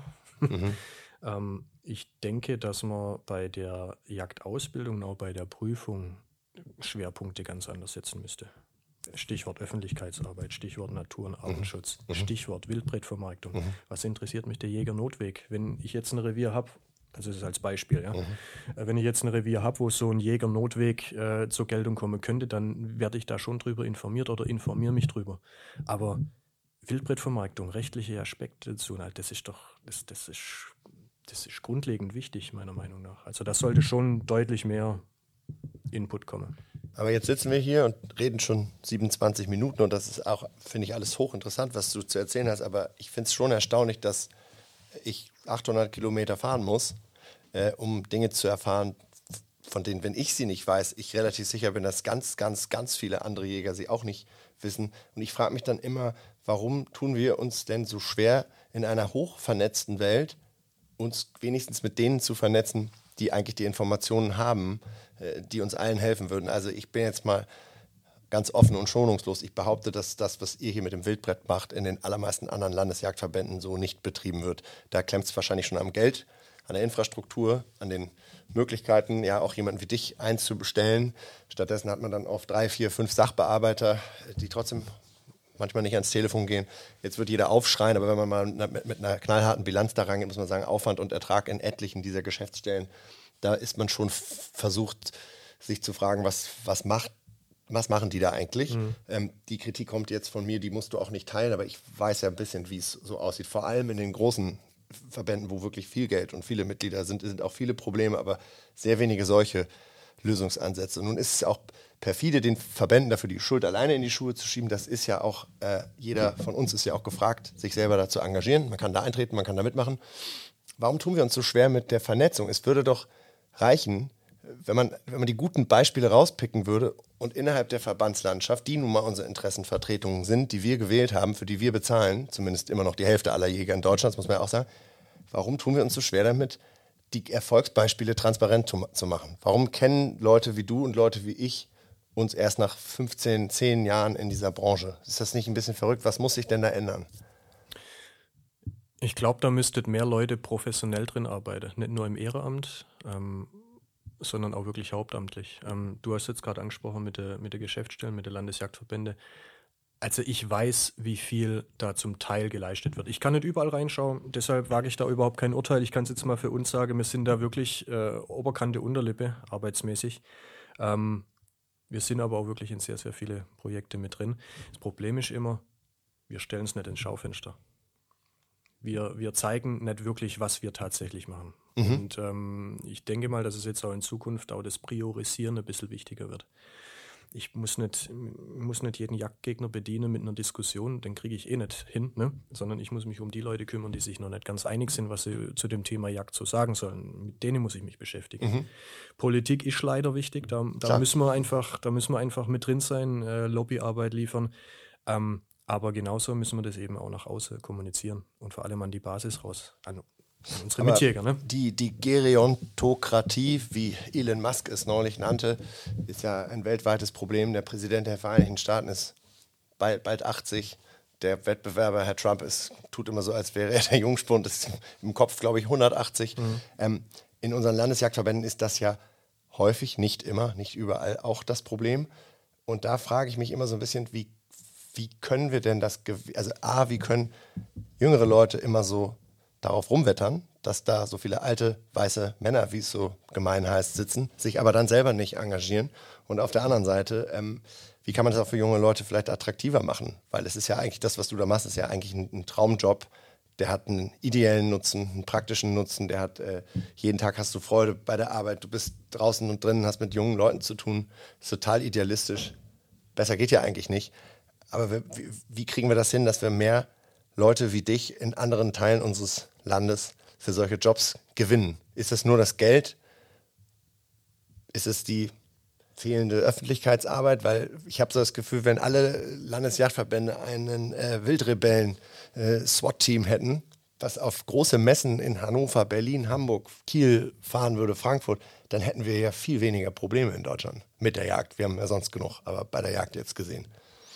Ich denke, dass man bei der Jagdausbildung, auch bei der Prüfung, Schwerpunkte ganz anders setzen müsste. Stichwort Öffentlichkeitsarbeit, Stichwort Natur- und Artenschutz, Stichwort Wildbretvermarktung. Was interessiert mich der Jäger-Notweg? Wenn ich jetzt ein Revier habe, also das ist als Beispiel, ja. Wenn ich jetzt ein Revier habe, wo so ein Jäger-Notweg zur Geltung kommen könnte, dann werde ich da schon drüber informiert oder informiere mich drüber. Aber Wildbretvermarktung, rechtliche Aspekte dazu, das ist grundlegend wichtig, meiner Meinung nach. Also da sollte schon deutlich mehr Input kommen. Aber jetzt sitzen wir hier und reden schon 27 Minuten und das ist auch, finde ich, alles hochinteressant, was du zu erzählen hast. Aber ich finde es schon erstaunlich, dass ich 800 Kilometer fahren muss, um Dinge zu erfahren, von denen, wenn ich sie nicht weiß, ich relativ sicher bin, dass ganz, ganz, ganz viele andere Jäger sie auch nicht wissen. Und ich frage mich dann immer, warum tun wir uns denn so schwer, in einer hochvernetzten Welt uns wenigstens mit denen zu vernetzen, die eigentlich die Informationen haben, die uns allen helfen würden. Also ich bin jetzt mal ganz offen und schonungslos. Ich behaupte, dass das, was ihr hier mit dem Wildbrett macht, in den allermeisten anderen Landesjagdverbänden so nicht betrieben wird. Da klemmt es wahrscheinlich schon am Geld, an der Infrastruktur, an den Möglichkeiten, ja auch jemanden wie dich einzubestellen. Stattdessen hat man dann oft 3, 4, 5 Sachbearbeiter, die trotzdem manchmal nicht ans Telefon gehen. Jetzt wird jeder aufschreien, aber wenn man mal mit einer knallharten Bilanz da rangeht, muss man sagen, Aufwand und Ertrag in etlichen dieser Geschäftsstellen, da ist man schon versucht, sich zu fragen, was machen die da eigentlich? Die Kritik kommt jetzt von mir, die musst du auch nicht teilen, aber ich weiß ja ein bisschen, wie es so aussieht. Vor allem in den großen Verbänden, wo wirklich viel Geld und viele Mitglieder sind auch viele Probleme, aber sehr wenige solche Lösungsansätze. Nun ist es auch perfide, den Verbänden dafür die Schuld alleine in die Schuhe zu schieben. Das ist ja auch, jeder von uns ist ja auch gefragt, sich selber da zu engagieren. Man kann da eintreten, man kann da mitmachen. Warum tun wir uns so schwer mit der Vernetzung? Es würde doch reichen, wenn man die guten Beispiele rauspicken würde und innerhalb der Verbandslandschaft, die nun mal unsere Interessenvertretungen sind, die wir gewählt haben, für die wir bezahlen, zumindest immer noch die Hälfte aller Jäger in Deutschland, das muss man ja auch sagen, warum tun wir uns so schwer damit, die Erfolgsbeispiele transparent zu machen? Warum kennen Leute wie du und Leute wie ich uns erst nach 15, 10 Jahren in dieser Branche? Ist das nicht ein bisschen verrückt? Was muss sich denn da ändern? Ich glaube, da müsstet mehr Leute professionell drin arbeiten. Nicht nur im Ehrenamt, sondern auch wirklich hauptamtlich. Du hast jetzt gerade angesprochen mit der Geschäftsstellen, mit den Landesjagdverbände. Also ich weiß, wie viel da zum Teil geleistet wird. Ich kann nicht überall reinschauen, deshalb wage ich da überhaupt kein Urteil. Ich kann es jetzt mal für uns sagen, wir sind da wirklich Oberkante, Unterlippe, arbeitsmäßig. Wir sind aber auch wirklich in sehr, sehr viele Projekte mit drin. Das Problem ist immer, wir stellen es nicht ins Schaufenster. Wir zeigen nicht wirklich, was wir tatsächlich machen. Und ich denke mal, dass es jetzt auch in Zukunft auch das Priorisieren ein bisschen wichtiger wird. Ich muss nicht jeden Jagdgegner bedienen mit einer Diskussion, den kriege ich eh nicht hin, ne? Sondern ich muss mich um die Leute kümmern, die sich noch nicht ganz einig sind, was sie zu dem Thema Jagd so sagen sollen. Mit denen muss ich mich beschäftigen. Politik ist leider wichtig, da müssen wir einfach mit drin sein, Lobbyarbeit liefern. Aber genauso müssen wir das eben auch nach außen kommunizieren und vor allem an die Basis raus, an unsere Mitjäger. Ne? Die Gerontokratie, wie Elon Musk es neulich nannte, ist ja ein weltweites Problem. Der Präsident der Vereinigten Staaten ist bald 80. Der Wettbewerber, Herr Trump, tut immer so, als wäre er der Jungspund, ist im Kopf, glaube ich, 180. In unseren Landesjagdverbänden ist das ja häufig, nicht immer, nicht überall auch das Problem. Und da frage ich mich immer so ein bisschen, wie können wir denn wie können jüngere Leute immer so darauf rumwettern, dass da so viele alte, weiße Männer, wie es so gemein heißt, sitzen, sich aber dann selber nicht engagieren. Und auf der anderen Seite, wie kann man das auch für junge Leute vielleicht attraktiver machen? Weil es ist ja eigentlich, das, was du da machst, ist ja eigentlich ein Traumjob. Der hat einen ideellen Nutzen, einen praktischen Nutzen. Der hat, jeden Tag hast du Freude bei der Arbeit. Du bist draußen und drinnen, hast mit jungen Leuten zu tun. Ist total idealistisch. Besser geht ja eigentlich nicht. Aber wie kriegen wir das hin, dass wir mehr Leute wie dich in anderen Teilen unseres Landes für solche Jobs gewinnen? Ist es nur das Geld? Ist es die fehlende Öffentlichkeitsarbeit? Weil ich habe so das Gefühl, wenn alle Landesjagdverbände einen Wildrebellen-SWAT-Team hätten, was auf große Messen in Hannover, Berlin, Hamburg, Kiel fahren würde, Frankfurt, dann hätten wir ja viel weniger Probleme in Deutschland mit der Jagd. Wir haben ja sonst genug, aber bei der Jagd jetzt gesehen.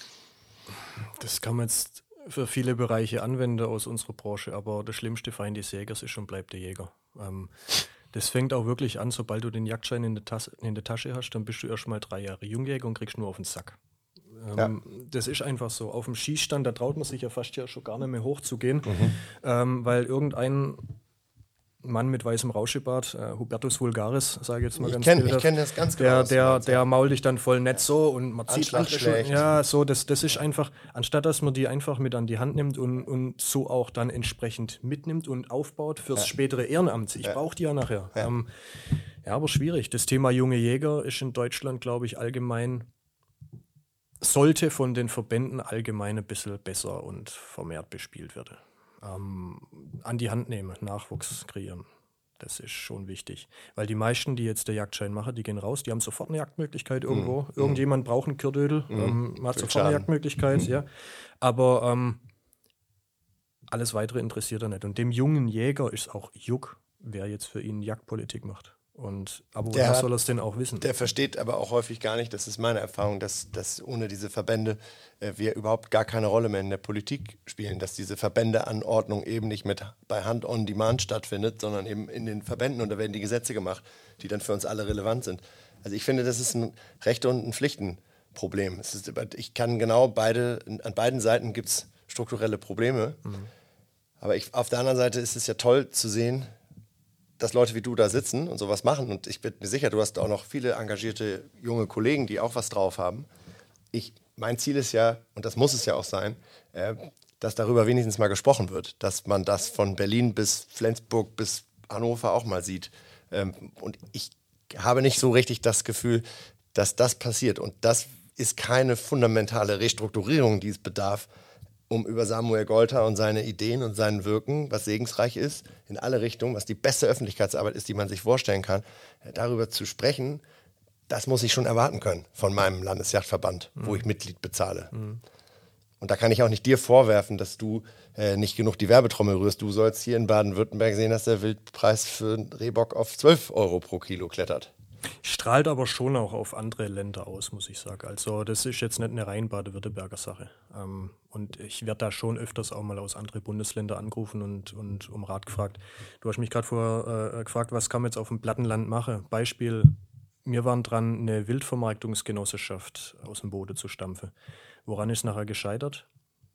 Das kann man jetzt für viele Bereiche anwenden aus unserer Branche, aber der schlimmste Feind des Jägers ist und bleibt der Jäger. Das fängt auch wirklich an, sobald du den Jagdschein in der Tasche hast, dann bist du erst mal 3 Jahre Jungjäger und kriegst nur auf den Sack. Das ist einfach so. Auf dem Schießstand, da traut man sich ja fast schon gar nicht mehr hochzugehen, weil irgendein Mann mit weißem Rauschebart, Hubertus Vulgaris, sage ich jetzt mal Ich kenne das ganz genau. Der mault dich dann voll nett so und man zieht schlecht. Ja, so, das ist einfach, anstatt dass man die einfach mit an die Hand nimmt und so auch dann entsprechend mitnimmt und aufbaut fürs spätere Ehrenamt. Ich brauche die ja nachher. Ja. Aber schwierig. Das Thema junge Jäger ist in Deutschland, glaube ich, sollte von den Verbänden allgemein ein bisschen besser und vermehrt bespielt werden. An die Hand nehmen, Nachwuchs kreieren. Das ist schon wichtig. Weil die meisten, die jetzt der Jagdschein machen, die gehen raus, die haben sofort eine Jagdmöglichkeit irgendwo. Irgendjemand braucht einen Kürdödel, hat sofort eine Jagdmöglichkeit, ja. Aber alles Weitere interessiert er nicht. Und dem jungen Jäger ist auch Juck, wer jetzt für ihn Jagdpolitik macht. Aber woher soll er es denn auch wissen? Der versteht aber auch häufig gar nicht, das ist meine Erfahrung, dass ohne diese Verbände wir überhaupt gar keine Rolle mehr in der Politik spielen, dass diese Verbändeanordnung eben nicht bei Hand on Demand stattfindet, sondern eben in den Verbänden und da werden die Gesetze gemacht, die dann für uns alle relevant sind. Also ich finde, das ist ein Rechte- und ein Pflichtenproblem. Ich kann genau an beiden Seiten gibt es strukturelle Probleme, aber auf der anderen Seite ist es ja toll zu sehen, dass Leute wie du da sitzen und sowas machen. Und ich bin mir sicher, du hast auch noch viele engagierte junge Kollegen, die auch was drauf haben. Mein Ziel ist ja, und das muss es ja auch sein, dass darüber wenigstens mal gesprochen wird, dass man das von Berlin bis Flensburg bis Hannover auch mal sieht. Und ich habe nicht so richtig das Gefühl, dass das passiert. Und das ist keine fundamentale Restrukturierung, die es bedarf, um über Samuel Golter und seine Ideen und sein Wirken, was segensreich ist, in alle Richtungen, was die beste Öffentlichkeitsarbeit ist, die man sich vorstellen kann, darüber zu sprechen, das muss ich schon erwarten können von meinem Landesjagdverband, wo ich Mitglied bezahle. Und da kann ich auch nicht dir vorwerfen, dass du nicht genug die Werbetrommel rührst. Du sollst hier in Baden-Württemberg sehen, dass der Wildpreis für einen Rehbock auf 12 Euro pro Kilo klettert. Strahlt aber schon auch auf andere Länder aus, muss ich sagen. Also das ist jetzt nicht eine rein Baden-Württemberger Sache. Und ich werde da schon öfters auch mal aus anderen Bundesländern angerufen und um Rat gefragt. Du hast mich gerade vorher gefragt, was kann man jetzt auf dem Plattenland machen? Beispiel, wir waren dran, eine Wildvermarktungsgenossenschaft aus dem Boden zu stampfen. Woran ist nachher gescheitert?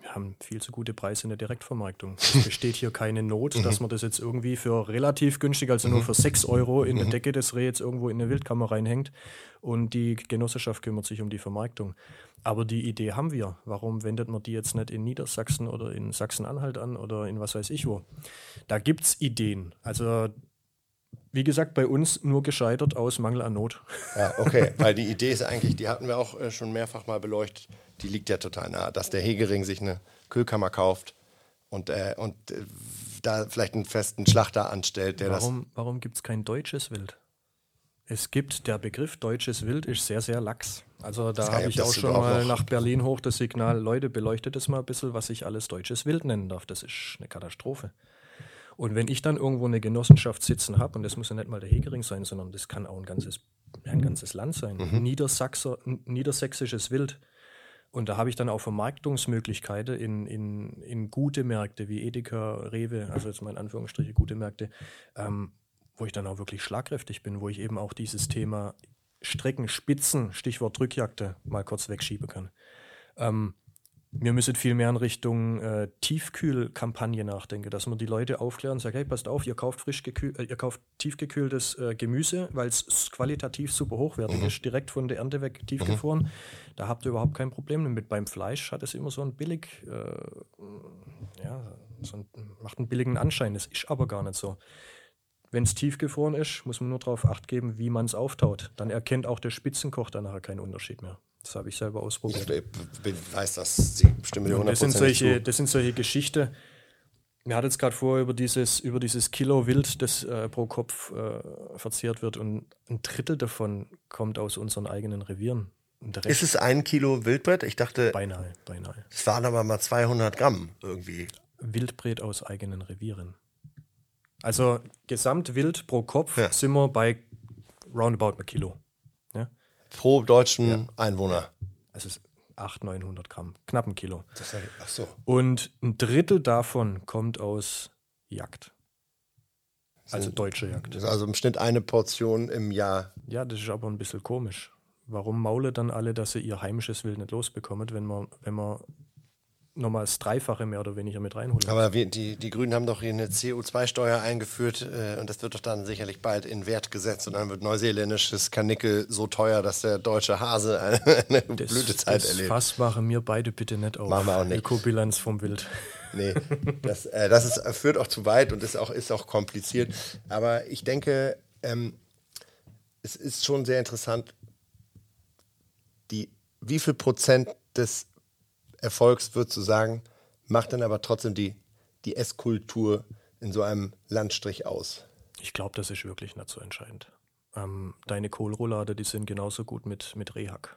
wir haben viel zu gute Preise in der Direktvermarktung. Es besteht hier keine Not, dass man das jetzt irgendwie für relativ günstig, also nur für 6 Euro in der Decke des Reh jetzt irgendwo in eine Wildkammer reinhängt und die Genossenschaft kümmert sich um die Vermarktung. Aber die Idee haben wir. Warum wendet man die jetzt nicht in Niedersachsen oder in Sachsen-Anhalt an oder in was weiß ich wo? Da gibt es Ideen. Also wie gesagt, bei uns nur gescheitert aus Mangel an Not. Ja, okay, weil die Idee ist eigentlich, die hatten wir auch schon mehrfach mal beleuchtet, die liegt ja total nahe, dass der Hegering sich eine Kühlkammer kauft und da vielleicht einen festen Schlachter anstellt, der Warum gibt es kein deutsches Wild? Der Begriff deutsches Wild ist sehr, sehr lax. Also da habe ich auch schon mal nach Berlin hoch das Signal, Leute, beleuchtet das mal ein bisschen, was ich alles deutsches Wild nennen darf. Das ist eine Katastrophe. Und wenn ich dann irgendwo eine Genossenschaft sitzen habe, und das muss ja nicht mal der Hegering sein, sondern das kann auch ein ganzes Land sein, niedersächsisches Wild. Und da habe ich dann auch Vermarktungsmöglichkeiten in gute Märkte wie Edeka, Rewe, also jetzt mal in Anführungsstriche gute Märkte, wo ich dann auch wirklich schlagkräftig bin, wo ich eben auch dieses Thema Strecken, Spitzen, Stichwort Drückjagde, mal kurz wegschieben kann. Wir müssen viel mehr in Richtung Tiefkühlkampagne nachdenken, dass man die Leute aufklären und sagt, hey, passt auf, ihr kauft ihr kauft tiefgekühltes Gemüse, weil es qualitativ super hochwertig ist, direkt von der Ernte weg tiefgefroren. Da habt ihr überhaupt kein Problem damit. Beim Fleisch hat es immer so ein macht einen billigen Anschein. Das ist aber gar nicht so. Wenn es tiefgefroren ist, muss man nur darauf Acht geben, wie man es auftaut. Dann erkennt auch der Spitzenkoch danach keinen Unterschied mehr. Das habe ich selber ausprobiert. Ich weiß, dass Sie bestimmt 100% Das sind solche Geschichten. Wir hatten jetzt gerade vor über dieses Kilo Wild, das pro Kopf verzehrt wird. Und ein Drittel davon kommt aus unseren eigenen Revieren. Ist es 1 Kilo Wildbret? Ich dachte, beinahe. Es waren aber mal 200 Gramm irgendwie. Wildbret aus eigenen Revieren. Also Gesamtwild pro Kopf sind wir bei roundabout ein Kilo. Ja? Pro deutschen Einwohner. Also 800-900 Gramm, knapp ein Kilo. Ach so. Und ein Drittel davon kommt aus Jagd. Also deutsche Jagd. Das ist also im Schnitt eine Portion im Jahr. Ja, das ist aber ein bisschen komisch. Warum maulen dann alle, dass sie ihr heimisches Wild nicht losbekommen, wenn man nochmal das Dreifache mehr oder weniger mit reinholen? Aber die Grünen haben doch hier eine CO2-Steuer eingeführt und das wird doch dann sicherlich bald in Wert gesetzt und dann wird neuseeländisches Karnickel so teuer, dass der deutsche Hase eine Blütezeit erlebt. Das Fass machen wir beide bitte nicht auf. Machen wir auch nicht. Ökobilanz vom Wild. Nee, das führt auch zu weit und ist auch kompliziert. Aber ich denke, es ist schon sehr interessant, wie viel Prozent des Erfolgs, würdest du sagen, macht dann aber trotzdem die Esskultur in so einem Landstrich aus? Ich glaube, das ist wirklich nicht so entscheidend. Deine Kohlroulade, die sind genauso gut mit Rehhack.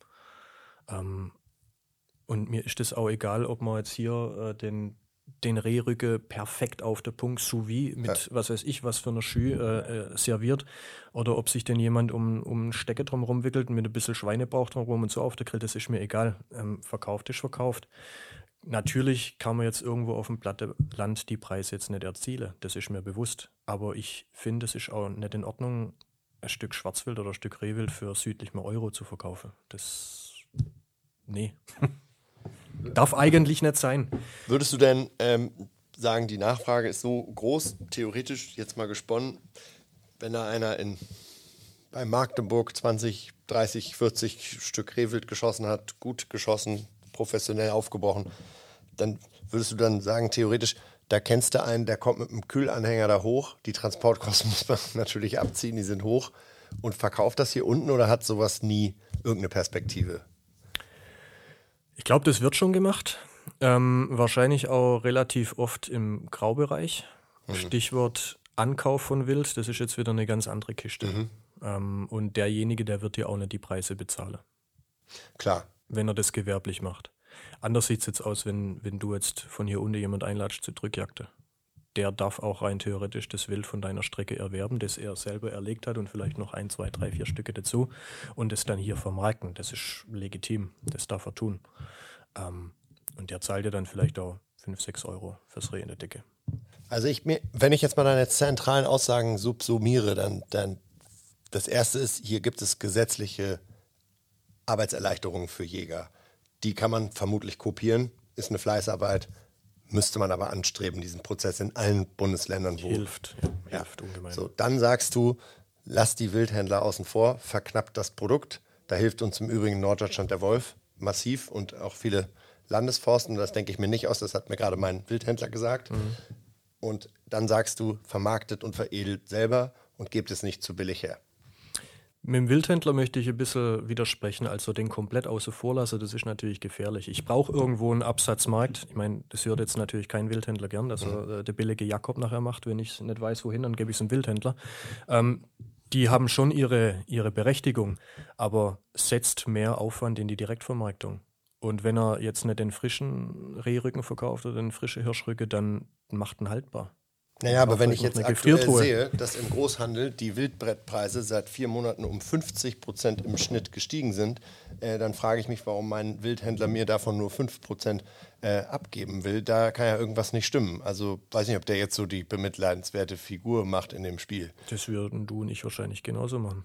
Und mir ist es auch egal, ob man jetzt hier den Rehrücke perfekt auf der Punkt sous vide mit was weiß ich, was für einer Schü serviert oder ob sich denn jemand um einen Stecke drum rumwickelt und mit ein bisschen Schweinebauch drum rum und so auf der Grill, das ist mir egal. Verkauft ist verkauft. Natürlich kann man jetzt irgendwo auf dem platten Land die Preise jetzt nicht erzielen, das ist mir bewusst. Aber ich finde, es ist auch nicht in Ordnung, ein Stück Schwarzwild oder ein Stück Rehwild für südlich mal Euro zu verkaufen. Nee. Darf eigentlich nicht sein. Würdest du denn sagen, die Nachfrage ist so groß, theoretisch jetzt mal gesponnen, wenn da einer bei Magdeburg 20, 30, 40 Stück Rehwild geschossen hat, gut geschossen, professionell aufgebrochen, dann würdest du dann sagen, theoretisch, da kennst du einen, der kommt mit einem Kühlanhänger da hoch, die Transportkosten muss man natürlich abziehen, die sind hoch und verkauft das hier unten oder hat sowas nie irgendeine Perspektive? Ich glaube, das wird schon gemacht. Wahrscheinlich auch relativ oft im Graubereich. Stichwort Ankauf von Wild, das ist jetzt wieder eine ganz andere Kiste. Und derjenige, der wird dir auch nicht die Preise bezahlen. Klar. Wenn er das gewerblich macht. Anders sieht es jetzt aus, wenn du jetzt von hier unten jemand einladest zur Drückjagde. Der darf auch rein theoretisch das Wild von deiner Strecke erwerben, das er selber erlegt hat und vielleicht noch 1, 2, 3, 4 Stücke dazu und es dann hier vermarkten. Das ist legitim, das darf er tun. Und der zahlt dir dann vielleicht auch 5, 6 Euro fürs Reh in der Decke. Also wenn ich jetzt mal deine zentralen Aussagen subsumiere, dann das Erste ist, hier gibt es gesetzliche Arbeitserleichterungen für Jäger. Die kann man vermutlich kopieren ist eine Fleißarbeit, müsste man aber anstreben, diesen Prozess in allen Bundesländern. Hilft ungemein. So, dann sagst du, lass die Wildhändler außen vor, verknappt das Produkt. Da hilft uns im Übrigen in Norddeutschland der Wolf massiv und auch viele Landesforsten. Das denke ich mir nicht aus, das hat mir gerade mein Wildhändler gesagt. Und dann sagst du, vermarktet und veredelt selber und gebt es nicht zu billig her. Mit dem Wildhändler möchte ich ein bisschen widersprechen, also den komplett außen vor lassen, das ist natürlich gefährlich. Ich brauche irgendwo einen Absatzmarkt. Ich meine, das hört jetzt natürlich kein Wildhändler gern, dass er der billige Jakob nachher macht. Wenn ich nicht weiß, wohin, dann gebe ich es einem Wildhändler. Die haben schon ihre Berechtigung, aber setzt mehr Aufwand in die Direktvermarktung. Und wenn er jetzt nicht den frischen Rehrücken verkauft oder den frischen Hirschrücken, dann macht ihn haltbar. Naja, aber wenn ich jetzt aktuell sehe, dass im Großhandel die Wildbrettpreise seit 4 Monaten um 50% im Schnitt gestiegen sind, dann frage ich mich, warum mein Wildhändler mir davon nur 5% abgeben will. Da kann ja irgendwas nicht stimmen. Also weiß nicht, ob der jetzt so die bemitleidenswerte Figur macht in dem Spiel. Das würden du und ich wahrscheinlich genauso machen.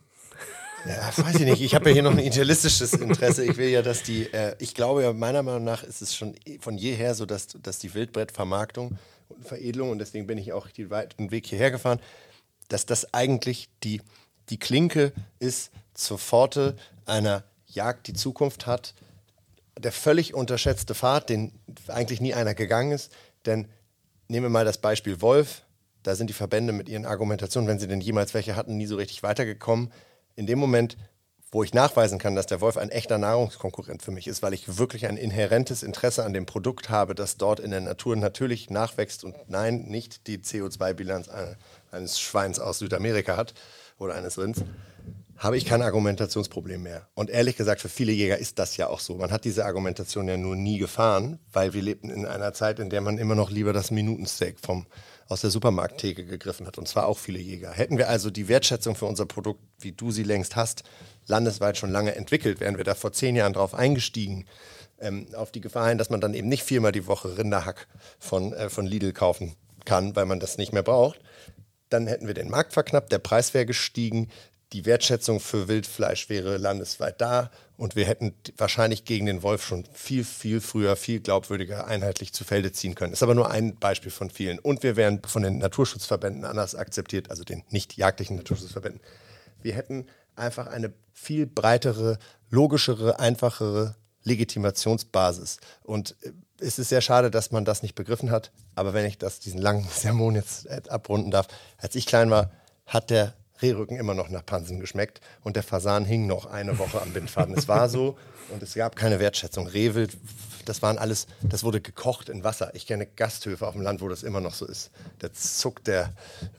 Ja, weiß ich nicht. Ich habe ja hier noch ein idealistisches Interesse. Ich will ja, dass ich glaube ja, meiner Meinung nach ist es schon von jeher so, dass die Wildbrettvermarktung und Veredelung, und deswegen bin ich auch den weiten Weg hierher gefahren, dass das eigentlich die Klinke ist zur Pforte einer Jagd, die Zukunft hat. Der völlig unterschätzte Pfad, den eigentlich nie einer gegangen ist. Denn nehmen wir mal das Beispiel Wolf. Da sind die Verbände mit ihren Argumentationen, wenn sie denn jemals welche hatten, nie so richtig weitergekommen. In dem Moment, wo ich nachweisen kann, dass der Wolf ein echter Nahrungskonkurrent für mich ist, weil ich wirklich ein inhärentes Interesse an dem Produkt habe, das dort in der Natur natürlich nachwächst und nein, nicht die CO2-Bilanz eines Schweins aus Südamerika hat oder eines Rinds, habe ich kein Argumentationsproblem mehr. Und ehrlich gesagt, für viele Jäger ist das ja auch so. Man hat diese Argumentation ja nur nie gefahren, weil wir lebten in einer Zeit, in der man immer noch lieber das Minutensteak aus der Supermarkttheke gegriffen hat, und zwar auch viele Jäger. Hätten wir also die Wertschätzung für unser Produkt, wie du sie längst hast, landesweit schon lange entwickelt, wären wir da vor 10 Jahren drauf eingestiegen, auf die Gefahr hin, dass man dann eben nicht 4-mal die Woche Rinderhack von Lidl kaufen kann, weil man das nicht mehr braucht, dann hätten wir den Markt verknappt, der Preis wäre gestiegen, die Wertschätzung für Wildfleisch wäre landesweit da und wir hätten wahrscheinlich gegen den Wolf schon viel, viel früher, viel glaubwürdiger einheitlich zu Felde ziehen können. Ist aber nur ein Beispiel von vielen. Und wir wären von den Naturschutzverbänden anders akzeptiert, also den nicht jagdlichen Naturschutzverbänden. Wir hätten einfach eine viel breitere, logischere, einfachere Legitimationsbasis. Und es ist sehr schade, dass man das nicht begriffen hat. Aber wenn ich diesen langen Sermon jetzt abrunden darf, als ich klein war, hat der Rehrücken immer noch nach Pansen geschmeckt und der Fasan hing noch eine Woche am Bindfaden. Es war so und es gab keine Wertschätzung. Rehwild, das wurde gekocht in Wasser. Ich kenne Gasthöfe auf dem Land, wo das immer noch so ist. Da zuckt der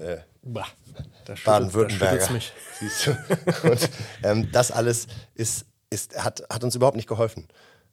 Baden-Württemberger. Siehst du? Und das alles hat uns überhaupt nicht geholfen.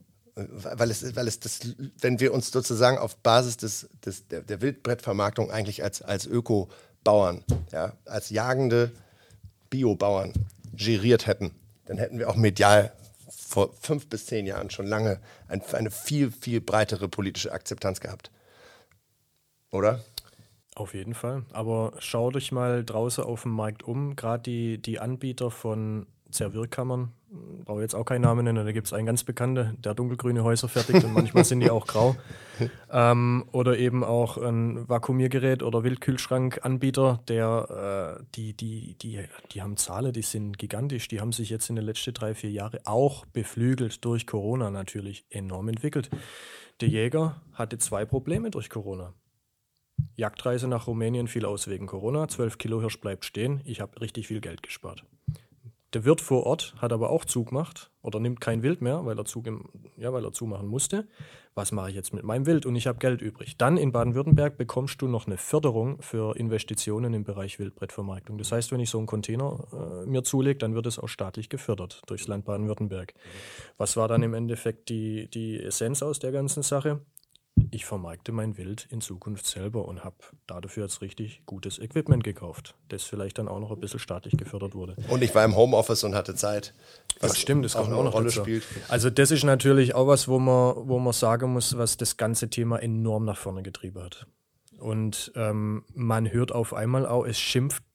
Wenn wir uns sozusagen auf Basis der Wildbrettvermarktung eigentlich als Öko-Bauern, ja, als jagende Biobauern geriert hätten, dann hätten wir auch medial vor 5 bis 10 Jahren schon lange eine viel, viel breitere politische Akzeptanz gehabt. Oder? Auf jeden Fall. Aber schau dich mal draußen auf dem Markt um. Gerade die Anbieter von Zervierkammern, brauche jetzt auch keinen Namen nennen, da gibt es einen ganz bekannten, der dunkelgrüne Häuser fertigt und manchmal sind die auch grau. Oder eben auch ein Vakuumiergerät oder Wildkühlschrankanbieter, die haben Zahlen, die sind gigantisch. Die haben sich jetzt in den letzten 3-4 Jahren auch beflügelt durch Corona natürlich enorm entwickelt. Der Jäger hatte 2 Probleme durch Corona. Jagdreise nach Rumänien fiel aus wegen Corona, 12 Kilo Hirsch bleibt stehen, ich habe richtig viel Geld gespart. Der Wirt vor Ort hat aber auch zugemacht oder nimmt kein Wild mehr, weil er zumachen musste. Was mache ich jetzt mit meinem Wild? Und ich habe Geld übrig. Dann in Baden-Württemberg bekommst du noch eine Förderung für Investitionen im Bereich Wildbrettvermarktung. Das heißt, wenn ich so einen Container mir zulege, dann wird es auch staatlich gefördert durchs Land Baden-Württemberg. Was war dann im Endeffekt die Essenz aus der ganzen Sache? Ich vermarkte mein Wild in Zukunft selber und habe dafür jetzt richtig gutes Equipment gekauft, das vielleicht dann auch noch ein bisschen staatlich gefördert wurde. Und ich war im Homeoffice und hatte Zeit. Was stimmt, das auch kommt auch noch Rolle dazu. Spielt. Also das ist natürlich auch was, wo man sagen muss, was das ganze Thema enorm nach vorne getrieben hat. Und man hört auf einmal auch, es schimpft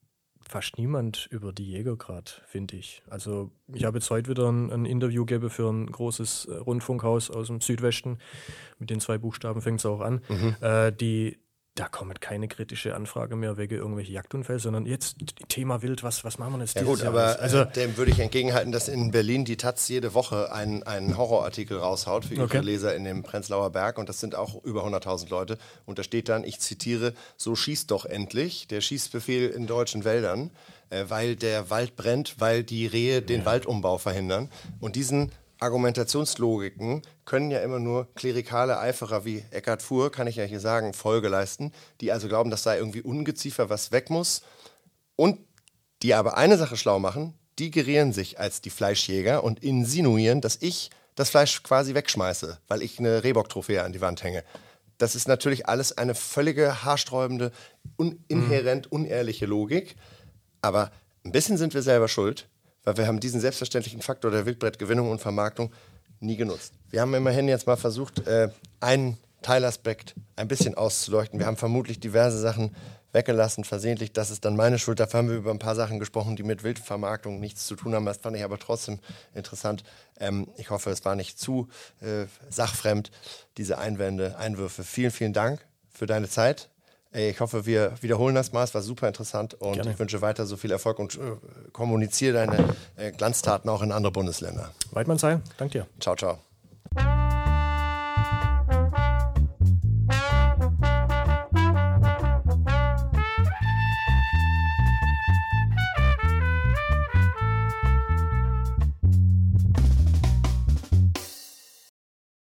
fast niemand über die Jäger gerade, finde ich. Also ich habe jetzt heute wieder ein Interview gegeben für ein großes Rundfunkhaus aus dem Südwesten. Mit den 2 Buchstaben fängt es auch an. Da kommt keine kritische Anfrage mehr wegen irgendwelche Jagdunfälle, sondern jetzt Thema Wild, was machen wir jetzt Ja gut, aber dem würde ich entgegenhalten, dass in Berlin die Taz jede Woche einen Horrorartikel raushaut für ihre Leser in dem Prenzlauer Berg und das sind auch über 100.000 Leute und da steht dann, ich zitiere, so schießt doch endlich, der Schießbefehl in deutschen Wäldern, weil der Wald brennt, weil die Rehe den Waldumbau verhindern und diesen Argumentationslogiken können ja immer nur klerikale Eiferer wie Eckhard Fuhr, kann ich ja hier sagen, Folge leisten, die also glauben, das sei irgendwie Ungeziefer, was weg muss und die aber eine Sache schlau machen, die gerieren sich als die Fleischjäger und insinuieren, dass ich das Fleisch quasi wegschmeiße, weil ich eine Rehbock-Trophäe an die Wand hänge. Das ist natürlich alles eine völlige, haarsträubende, inhärent unehrliche Logik, aber ein bisschen sind wir selber schuld, weil wir haben diesen selbstverständlichen Faktor der Wildbrettgewinnung und Vermarktung nie genutzt. Wir haben immerhin jetzt mal versucht, einen Teilaspekt ein bisschen auszuleuchten. Wir haben vermutlich diverse Sachen weggelassen, versehentlich. Das ist dann meine Schuld. Dafür haben wir über ein paar Sachen gesprochen, die mit Wildvermarktung nichts zu tun haben. Das fand ich aber trotzdem interessant. Ich hoffe, es war nicht zu sachfremd, diese Einwürfe. Vielen, vielen Dank für deine Zeit. Ich hoffe, wir wiederholen das mal. Es war super interessant und gerne. Ich wünsche weiter so viel Erfolg und kommuniziere deine Glanztaten auch in andere Bundesländer. Weidmann sei, danke dir. Ciao, ciao.